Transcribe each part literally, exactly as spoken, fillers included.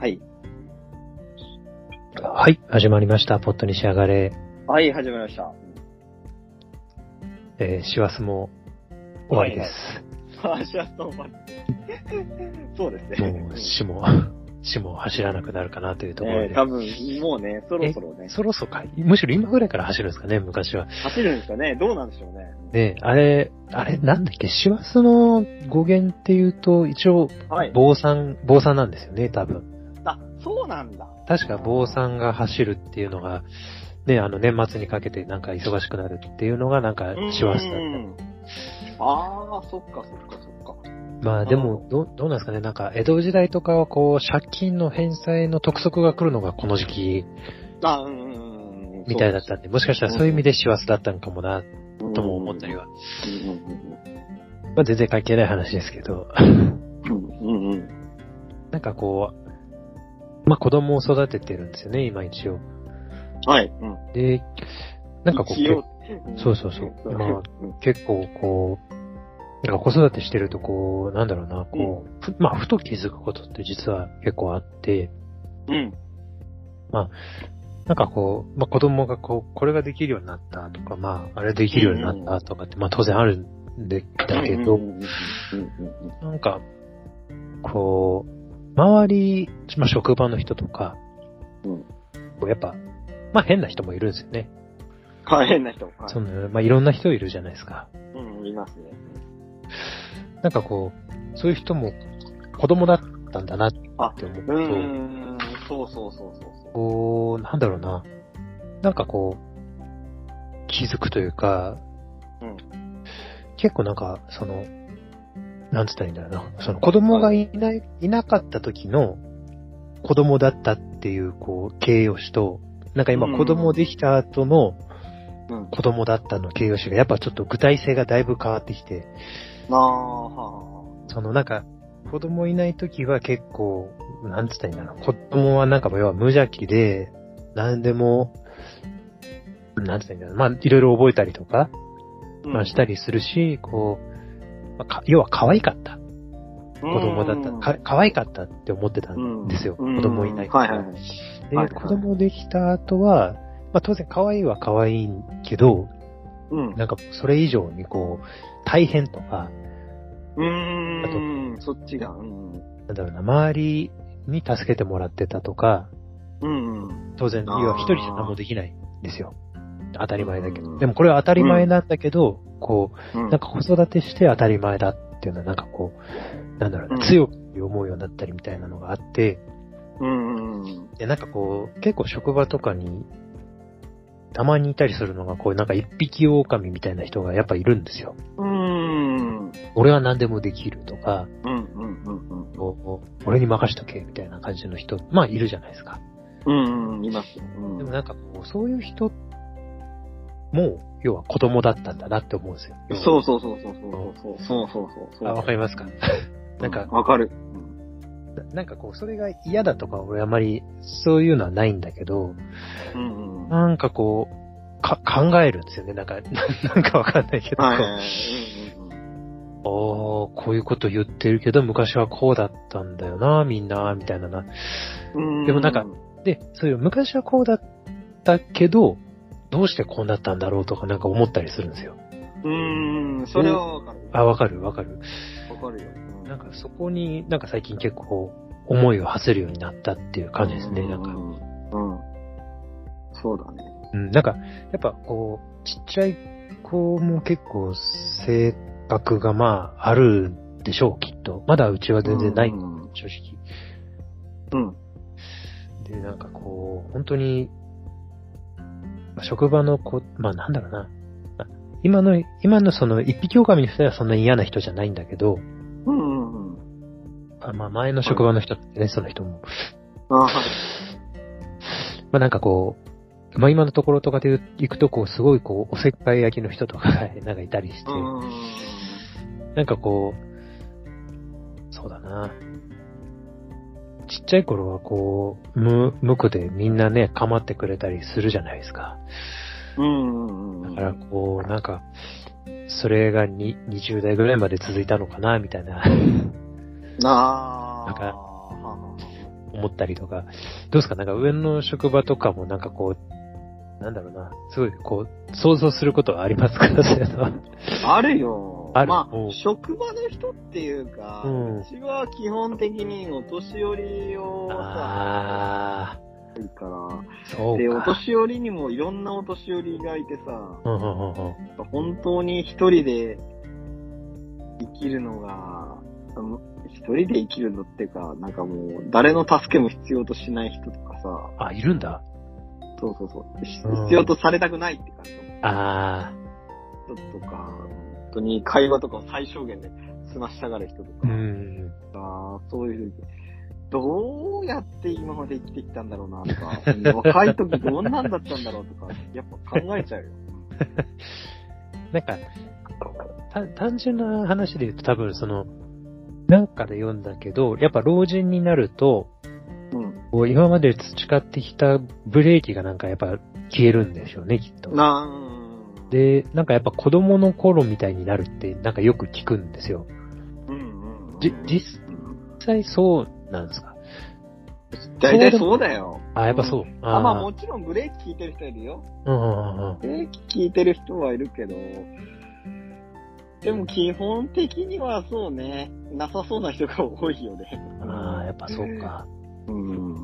はい。 はい、始まりました。ポットに仕上がれ。 はい、始まりました。 えー、師走も終わりです。 はいはい、師走も終わり。そうですね。 もう、死も、死も走らなくなるかなというところで。 えー、多分、もうね、そろそろね。 そろそろか。むしろ今ぐらいから走るんですかね、昔は。 走るんですかね、どうなんでしょうね。 ねあれ、あれ、なんだっけ、師走の語源っていうと、一応、坊さん、坊さんなんですよね、多分。 あ、そうなんだ。 確か坊さんが走るっていうのが、ね、あの年末にかけてなんか忙しくなるっていうのがなんか師走だった。 ああ、そっかそっかそっか。 まあでも、ど、どうなんですかね、なんか江戸時代とかはこう、借金の返済の督促が来るのがこの時期、 あうん、 みたいだったんで、もしかしたらそういう意味で師走だったのかもな、とも思ったりは。まあ全然関係ない話ですけど。なんかこう、まあ子供を育ててるんですよね、今一応。 はい。うん、 で、なんかこう、そうそうそう。まあ、結構こう、なんか子育てしてるとこう、なんだろうな、こう、うん、まあふと気づくことって実は結構あって、 うん。 まあ、なんかこう、まあ子供がこう、これができるようになったとか、まあ、あれできるようになったとかって、まあ当然あるんで、だけど、なんか、こう、周り、まあ、職場の人とか、うん、やっぱ、まあ、変な人もいるんですよね。 はい、変な人。はい、 その、まあ、いろんな人いるじゃないですか。 うん、いますね。 なんかこう、そういう人も子供だったんだなって思うと、 うーん、そうそうそうそう。 こう、なんだろうな。なんかこう、気づくというか、うん、結構なんか、その、なんつったらいいんだろうな。その子供がいない、はい、いなかった時の子供だったっていう、こう、形容詞と、なんか今子供できた後の子供だったの形容詞がやっぱちょっと具体性がだいぶ変わってきて、 ああ、 そのなんか、子供いない時は結構、なんつったらいいんだろう。子供はなんか要は無邪気で、なんでも、なんつったらいいんだろう。まあ、いろいろ覚えたりとか、まあしたりするし、こう、まあ、要は可愛かった。子供だった。か、可愛かったって思ってたんですよ。子供いないから。はいはい。で、はいはい、子供できた後は、まあ当然可愛いは可愛いけど、うん、なんかそれ以上にこう、大変とか、 うーん、あと、そっちが、うん、 なんだろうな、周りに助けてもらってたとか、うん、当然、要は一人じゃ何もできないんですよ。当たり前だけど。でもこれは当たり前なんだけど、うん、こう、なんか子育てして当たり前だっていうのはなんかこう、なんだろうな、うん、強く思うようになったりみたいなのがあって、うんうん、で、なんかこう、結構職場とかに、たまにいたりするのが、こう、なんか一匹狼みたいな人がやっぱいるんですよ。うん、俺は何でもできるとか、うんうんうんうん、俺に任しとけみたいな感じの人、まあいるじゃないですか。 うんうん、いますよ。 うん、でもなんかこう、そういう人もう、要は子供だったんだなって思うんですよ。 そうそうそうそうそうそうそうそうそう。 あ、わかりますか？なんか、 わかる。 な, なんかこう、それが嫌だとか、俺あまりそういうのはないんだけど、うんうん、なんかこう、か、考えるんですよね。なんか、なんかわかんないけど、はいはいはい、おー、こういうこと言ってるけど、昔はこうだったんだよな、みんな、みたいなな。うんでもなんか、で、そういう昔はこうだったけど、どうしてこうなったんだろうとかなんか思ったりするんですよ。 うーん、それはわかる。 あ、わかるわかる。 わかるよ。 なんかそこになんか最近結構思いを馳せるようになったっていう感じですね、 うんなんか。 うん。そうだね。 うん、なんか、やっぱこう、ちっちゃい子も結構性格がまああるでしょう、きっと。まだうちは全然ない、うん、正直。うん。で、なんかこう、本当に、職場の子、まあなんだろうな。今の、今のその一匹狼の人はそんなに嫌な人じゃないんだけど、うんうんうん。あまあ前の職場の人ってね、はい、その人も。あはい。まあなんかこう、まあ今のところとかで行くとこう、すごいこう、おせっかい焼きの人とかがなんかいたりして、うんなんかこう、そうだな。ちっちゃい頃はこう、無、無垢でみんなね、構ってくれたりするじゃないですか。うんうんうん。だからこう、なんか、それがににじゅう代ぐらいまで続いたのかな、みたいな。ああ。なんか、 思ったりとか、どうですかなんか上の職場とかもなんかこう、なんだろうな、すごいこう、想像することはありますか？そういうのは。 あるよ。 ある。 まあ、 うん職場の人っていうか、 ううんちは基本的にお年寄りをさ、 あ多いから、 あ、そうか。 で、お年寄りにもいろんなお年寄りがいてさ、 うんうんうんうん本当に一人で生きるのが、一人で生きるのっていうか、なんかもう、誰の助けも必要としない人とかさ、 あ、いるんだ。 そうそうそう、 うん必要とされたくないって感じのあ人とか、本当に会話とかを最小限で済ましたがる人とあ、うか、 ん。 あそういう、どうやって今まで生きてきたんだろうなとか、若い時どんなんだったんだろうとか、やっぱ考えちゃうよ。 なんか、た単純な話で言うと多分その、なんかで読んだけど、やっぱ老人になると、 うん。 こう今まで培ってきたブレーキがなんかやっぱ消えるんでしょうね、きっと。 なーで、なんかやっぱ子供の頃みたいになるってなんかよく聞くんですよ。 うんうんうん。 じ、実際そうなんですか？ 大体そうだよ。 あ、やっぱそう。 んあ、まあもちろんブレーキ効いてる人いるよ。 うんうんうん。 ブレーキ効いてる人はいるけど、でも基本的にはそうね、なさそうな人が多いよね。 ああ、やっぱそうか。 うん、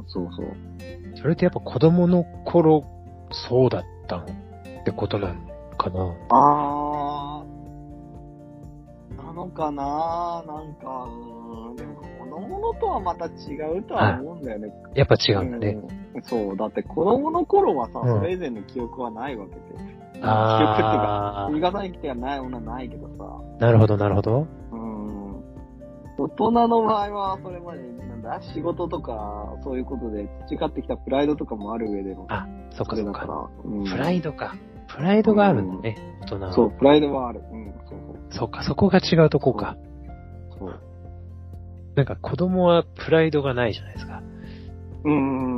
そうそう。 それってやっぱ子供の頃、そうだったってことなのかな？ あー、なのかななんか、うん、でも子供のとはまた違うとは思うんだよね。 やっぱ違うんだね。 うん、そう、だって子供の頃はさ、 うんそれ以前の記憶はないわけで。記憶っていうあか、言い方に来てはないものはないけどさ。 ー、なるほど、なるほど。 うん。大人の場合は、それまで、なんだ、仕事とか、そういうことで培ってきたプライドとかもある上での。 あ、そっかそっか。 それだから、うん、 プライドか。プライドがあるんだね、大人は。 そう、プライドはある。うん、そうそう。そっか、そこが違うとこか。 そう。そう。 なんか子供はプライドがないじゃないですか。 うん、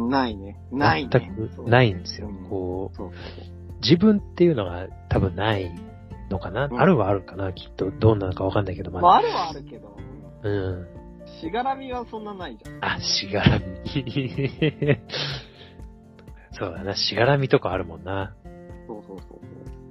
ないね。ないね。 全くないんですよ。 うんこう、 そうそう自分っていうのが多分ないのかな、 うんあるはあるかなきっと。どうなのかわかんないけど、ままあ、 だ。 あるはあるけど、 うん。 しがらみはそんなないじゃん。 あ、しがらみ。そうだな、しがらみとかあるもんな。 そうそうそうそう。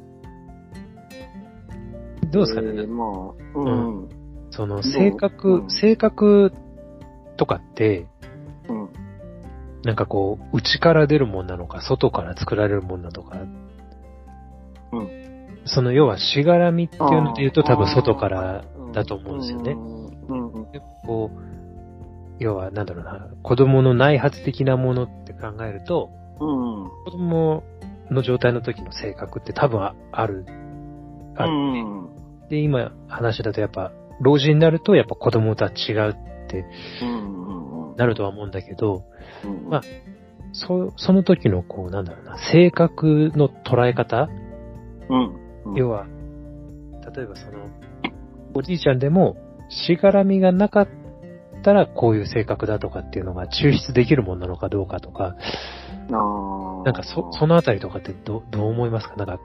どうですかね、 えー、まあ、うん。 その性格、 うん性格とかって、 うん。 なんかこう、内から出るもんなのか、外から作られるもんなのか。 うん。 その要はしがらみっていうので言うと多分外からうんだと思うんですよね。 うんうん。 でこう、要はなんだろうな、子供の内発的なものって考えると、 うん。 子供の状態の時の性格って多分あある。ある、 うん。 で、今話だとやっぱ、老人になるとやっぱ子供とは違うってうん。 なるとは思うんだけど、 うん。 まあ、そ、その時のこう、なんだろうな、性格の捉え方、 うん。 要は、例えばその、おじいちゃんでも、しがらみがなかったらこういう性格だとかっていうのが抽出できるものなのかどうかとか、 ああ。 なんかそ、そのあたりとかってど、どう思いますか？なんか、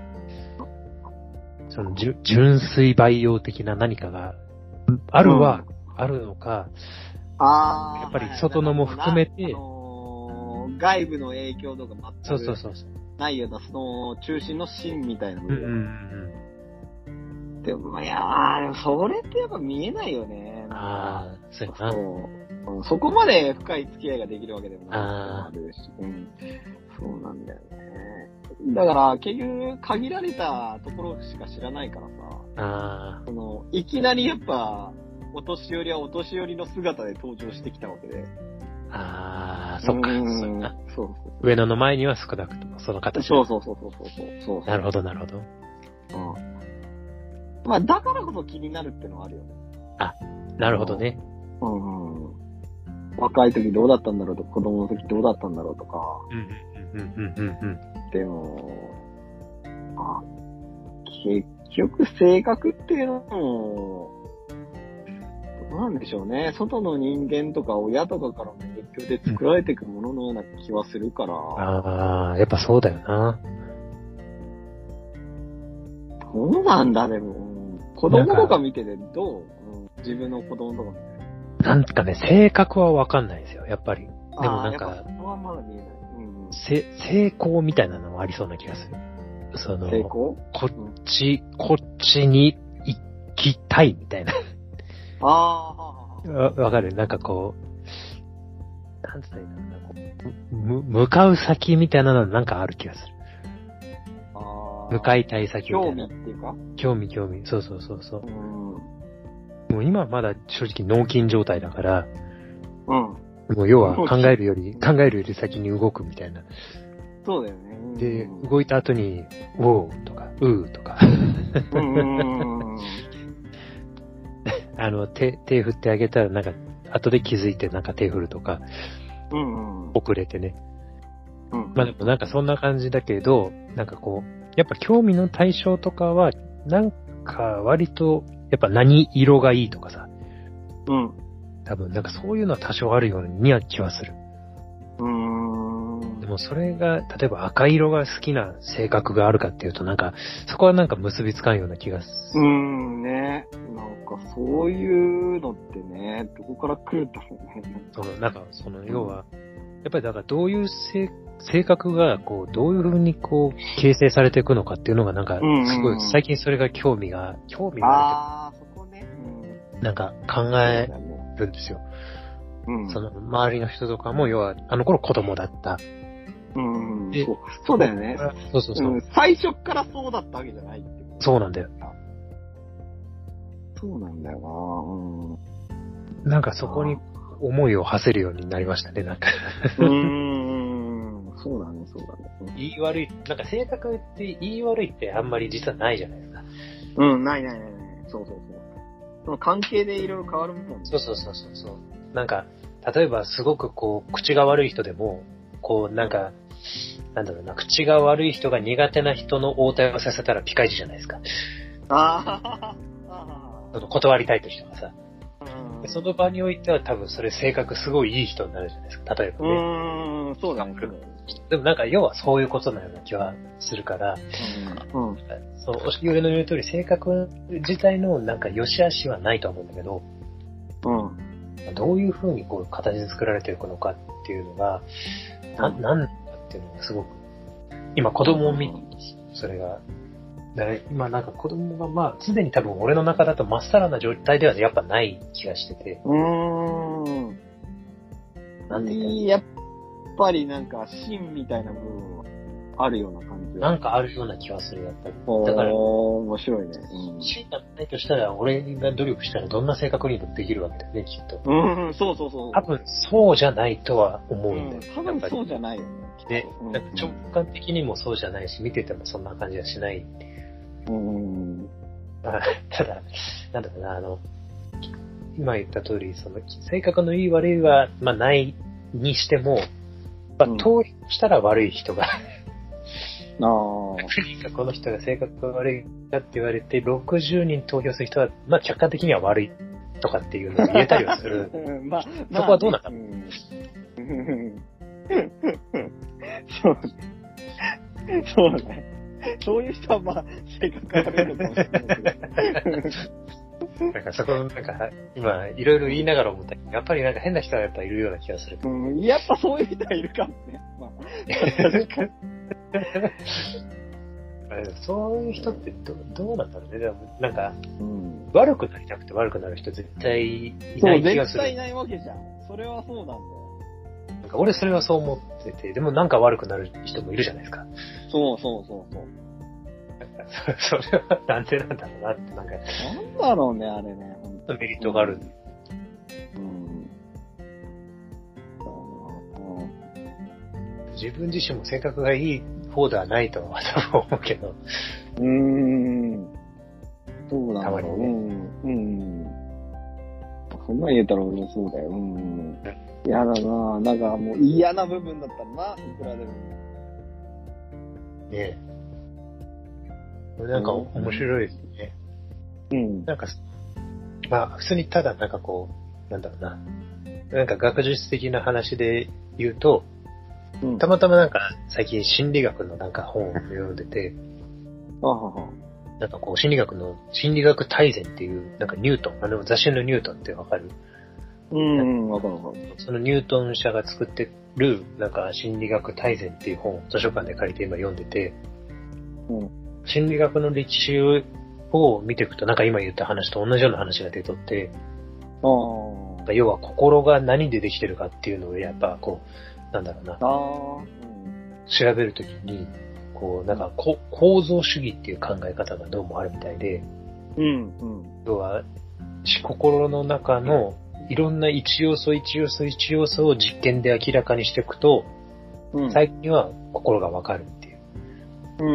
その、じゅ純粋培養的な何かが、あるは、あるのか、 ああ。 やっぱり外のも含めてはいあのー外部の影響とかそう全くそうそうそう。 ないような、その中心の芯みたいなのうんうんうんでも、いやー、でもそれってやっぱ見えないよね。 ああ、そうやな。 そううんそこまで深い付き合いができるわけでもないあっていうのもあるし、うん。そうなんだよね。だから、結局、限られたところしか知らないからさ、 あその、いきなりやっぱ、お年寄りはお年寄りの姿で登場してきたわけで。 あ、ああ、そっか、 うんそうやな。 そうそう上野の前には少なくともその形。 そうそうそうそうそうそうそう。 なるほど、なるほど。 うんまあ、だからこそ気になるってのはあるよね。 なるほどね。 うんうん。若い時どうだったんだろうとか、子供の時どうだったんだろうとか。 うん、うん、うん、うん、うん。 でも、まあ、結局性格っていうのも、どうなんでしょうね。外の人間とか親とかからの影響で作られていくもののような気はするから。 ああ、やっぱそうだよな。 どうなんだ、でも。子供とか見ててどう、うん、自分の子供とか見て。 なんかね、性格はわかんないですよ、やっぱり。でもなんか、 そこはまだ見えない。うん、 せ、成功みたいなのもありそうな気がする。その、 成功こっち、うん、こっちに行きたいみたいな。 ああ、はあ、わ、わかる？なんかこう、なんつったらいいんだろうな、む、向かう先みたいなのなんかある気がする。 あ向かいたい先みたいな。 興味っていうか興味、興味。そうそうそうそう。 うん、 もう今はまだ正直脳筋状態だから、 うん。 もう要は考えるより、考えるより先に動くみたいな。 そうだよね。うん、 で、動いた後に、ウォーとか、ウーとか。 うんうん、 あの、手、手振ってあげたらなんか、後で気づいてなんか手振るとか、 うんうん、 遅れてね。 うん、 まあでもなんかそんな感じだけど、なんかこう、やっぱ興味の対象とかは、なんか割と、やっぱ何色がいいとかさ。 うん。 多分なんかそういうのは多少あるようには気はする。 うーん。 でもそれが、例えば赤色が好きな性格があるかっていうとなんか、そこはなんか結びつかんような気がする。 うーん、ね。なんかそういうのってね、どこから来るんだろうね。 その、なんかその、要は、やっぱりだからどういう性性格が、こう、どういう風にこう、形成されていくのかっていうのがなんか、すごい、最近それが興味が、興味があるけど。ああ、そこね。 うん、なんか考えるんですよ。うん、その、周りの人とかも、要は、あの頃子供だった。 うん、そう。そうだよね。 そうそうそう、うん。 最初からそうだったわけじゃないってこと。 そうなんだよ。 そうなんだよな、 うん、なんかそこに思いを馳せるようになりましたね、なんか。 うーん。そうだね、そうだね。 言い悪い、なんか性格って言い悪いってあんまり実はないじゃないですか。 うん、ないないないない。そうそうそう。その関係でいろいろ変わるもんね。 そうそうそうそう。なんか、例えばすごくこう、口が悪い人でも、こう、なんか、なんだろうな、口が悪い人が苦手な人の応対をさせたらピカイチじゃないですか。 ああ。 その断りたいとしてはさ。うん、その場においては多分それ性格すごいいい人になるじゃないですか。例えばね。 うーん、そうだね。 でもなんか要はそういうことのような気はするから、うんうん、そう、上の言う通り性格自体のなんか良し悪しはないと思うんだけど、うん、どういう風にこう形作られていくのかっていうのが、な、なんだっていうのがすごく、今子供を見て、それが、だから今なんか子供がまあ、すでに多分俺の中だとまっさらな状態ではやっぱない気がしてて。 うーん。なんでやっぱりなんか芯みたいな部分はあるような感じ。 なんかあるような気はする、やっぱり。 だから、面白いね。 うん、芯がないとしたら、俺が努力したらどんな性格にもできるわけだよね、きっと。 うん、そうそうそう。 多分そうじゃないとは思うんだよ、 うん。多分そうじゃないよね。 で、うん、直感的にもそうじゃないし、見ててもそんな感じはしない。 うん。 まあ、ただ、なんだろうな、あの、今言った通り、その、性格のいい悪いは、まあ、ないにしても、まあ、投票したら悪い人が、 うん、ああ。 ひとりがこの人が性格が悪いかって言われて、ろくじゅうにん投票する人は、まあ、客観的には悪いとかっていうのを言えたりはする。まあ、そこはどうなんだろう、 うんそう。そうね。そういう人はまあ、性格が悪いのかもしれないけど。 なんかそこの、なんか、今、いろいろ言いながら思ったけど、やっぱりなんか変な人はやっぱいるような気がする。 うん、やっぱそういう人はいるかもね。まあ、 そういう人ってどどうなんだろうね。でもなんか、うん、悪くなりたくて悪くなる人絶対いない気がする。 そう、絶対いないわけじゃん。それはそうなんだよ。 なんか俺それはそう思ってて、でもなんか悪くなる人もいるじゃないですか。 そうそうそうそう。 それはなんでなんだろうなって、なんか。 なんだろうね、あれね。 本当メリットがある。 うん。 うん、自分自身も性格がいい方ではないとは多分思うけど。 うーん。そうなんだろう。 たまにね。 うん。うん。そんなん言えたら俺もそうだよ。うん。嫌だな。なんかもう嫌な部分だったらな、いくらでも。 ねえ。なんか面白いですね。 うん。 なんか、まあ普通にただなんかこう、なんだろうな。なんか学術的な話で言うと、うん、たまたまなんか最近心理学のなんか本を読んでて、 あははなんかこう心理学の心理学大全っていう、なんかニュートン、あの雑誌のニュートンってわかる？ うん、わかるわかる。 そのニュートン社が作ってる、なんか心理学大全っていう本を図書館で借りて今読んでて、うん、心理学の歴史を見ていくと、なんか今言った話と同じような話が出とって、あ要は心が何でできてるかっていうのをやっぱこう、なんだろうな、あ、うん、調べるときに、こう、なんかこ構造主義っていう考え方がどうもあるみたいで、うんうん、要は、心の中のいろんな一要素一要素一要素を実験で明らかにしていくと、うん、最近は心がわかるっていう。うん、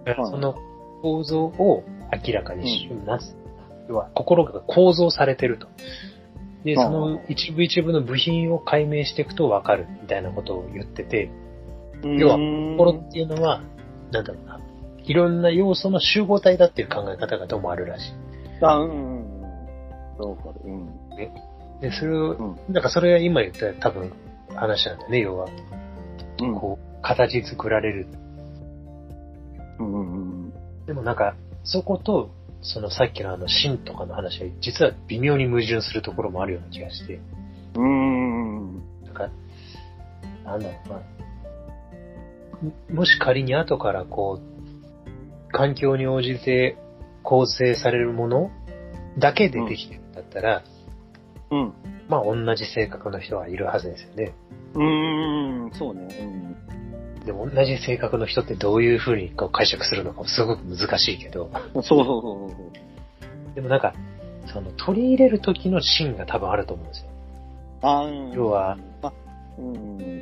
その構造を明らかにします。うん、要は心が構造されてると。で、その一部一部の部品を解明していくとわかるみたいなことを言ってて、要は心っていうのは、なんだろうな、いろんな要素の集合体だっていう考え方がどうもあるらしい。あ、うんうんうん。そうか、うん。ね。で、それを、うん、なんかそれは今言った多分話なんだね、要は。うん、こう、形作られる。うんうんうん。でもなんか、そこと、そのさっきのあの芯とかの話は、実は微妙に矛盾するところもあるような気がして。うーん。なんか、なんだろうな。もし仮に後からこう、環境に応じて構成されるものだけでできてるんだったら、うん。まあ同じ性格の人はいるはずですよね。うーん、そうね。うん。でも同じ性格の人ってどういう風にこう解釈するのかもすごく難しいけど。そうそうそうそう。でもなんか、その取り入れる時の芯が多分あると思うんですよ。あうん。要は、あうん。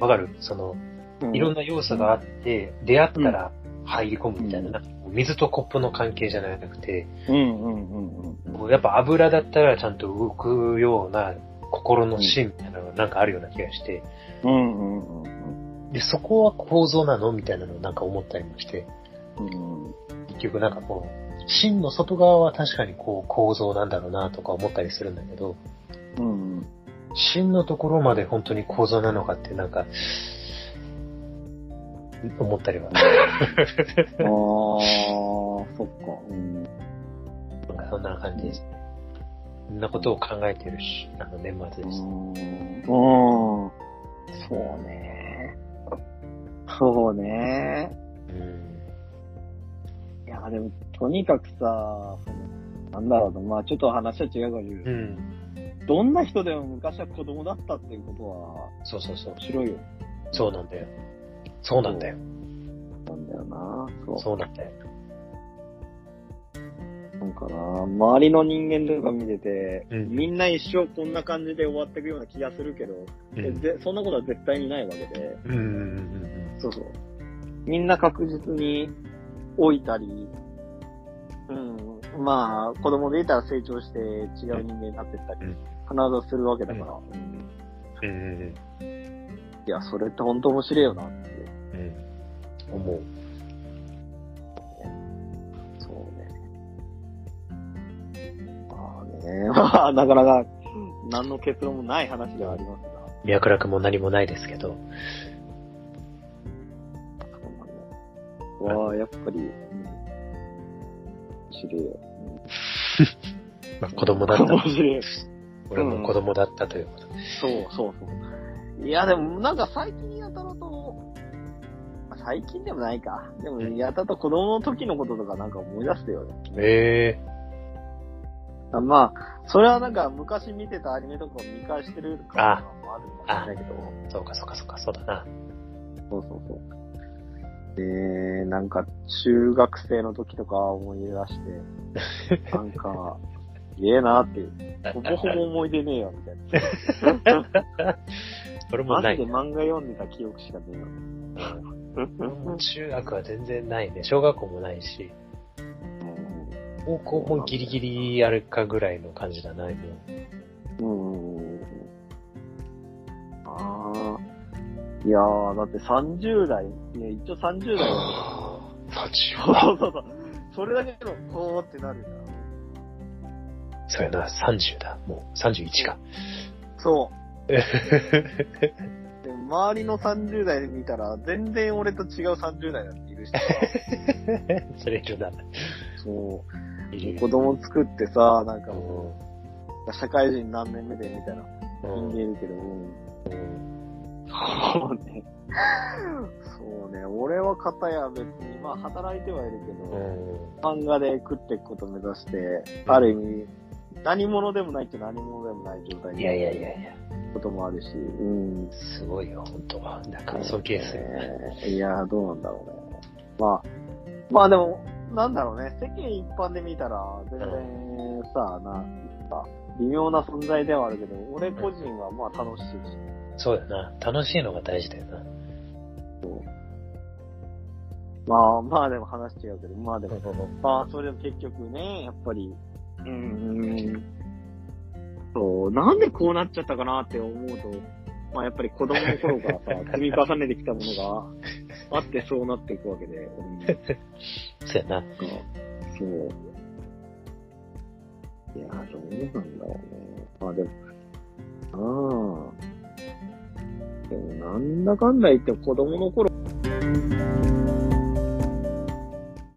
わかるその、いろんな要素があって、うん、出会ったら入り込むみたいな、うん、なんか水とコップの関係じゃなくて、うんうんうんうん、やっぱ油だったらちゃんと動くような心の芯みたいなのがなんかあるような気がして、うんうんうん、でそこは構造なのみたいなのをなんか思ったりもして、うん、結局なんかこう芯の外側は確かにこう構造なんだろうなとか思ったりするんだけど、うん、芯のところまで本当に構造なのかってなんか思ったりは。ああ、そっか。うん。なんかそんな感じですね。そんなことを考えてるし、あの年末です。うん。うん。そうね。そうね。うん。いや、でも、とにかくさ、なんだろうな、まあちょっと話は違うかもしれない。うん。どんな人でも昔は子供だったっていうことは、そうそうそう。面白いよ。そうなんだよ。そうなんだよ。なんだよな。そう。そうなんだよ。なんかな、周りの人間とか見てて、うん、みんな一生こんな感じで終わっていくような気がするけど、うん、でそんなことは絶対にないわけで、うんうんうんうん、そうそう。みんな確実に老いたり、うん、まあ子供でいたら成長して違う人間になってったり、うん、必ずするわけだから。うんうんうんいや、それって本当面白いよなって。うん。思う。そうね。まあね。まあ、なかなか、何の結論もない話ではありますが。脈絡も何もないですけど。そうなんだ。わあ、やっぱり、うん、面白いよ。まあ、子供だった。面白い。俺も子供だったということで、うん。そうそうそう。いや、でも、なんか最近やたらと、最近でもないか。でも、やたらと子供の時のこととかなんか思い出してよね。へぇー。まあ、それはなんか昔見てたアニメとかを見返してるからもあるかもしれないけど。そうかそうかそうか、そうだな。そうそうそう。で、なんか中学生の時とか思い出して、なんか、すげえなーっていう。ほぼほぼ思い出ねえよ、みたいな。俺もない。マジで漫画読んでた記憶しかねえよ。うん、中学は全然ないね。小学校もないし。高校もギリギリあるかぐらいの感じだな、もう。うん。ああ。いやー、だってさんじゅう代、いや、一応さんじゅう代だけど。さんじゅう代そうそうそう。それだけの、こうってなるんだ。そうやな、さんじゅうだ。もうさんじゅういちか。そう。で周りのさんじゅう代で見たら、全然俺と違うさんじゅう代だっているし。それ一緒だ。そう。子供作ってさ、なんかもう、社会人何年目でみたいな。 人間いるけど、うん。そうね。そうね。俺は片や別に、まあ働いてはいるけど、漫画で食っていくことを目指して、ある意味、何者でもないって何者でもない状態に。 いやいやいやいや。 こともあるし、うん。 すごいよ、本当は。なんか、尊敬する、 ね。いや、どうなんだろうね。まあ、まあでも、なんだろうね。世間一般で見たら、全然さ、なんか、微妙な存在ではあるけど、俺個人はまあ楽しいし。 そうだな。楽しいのが大事だよな。 そう。まあまあでも話違うけど、まあでも、まあそれでも結局ね、やっぱり、うーん、そう、なんでこうなっちゃったかなって思うと、まあやっぱり子供の頃からさ、積み重ねてきたものがあってそうなっていくわけで。うん、 そうやな。 そう。いや、どうなんだろうね。まあでも、ああ。でもなんだかんだ言って子供の頃、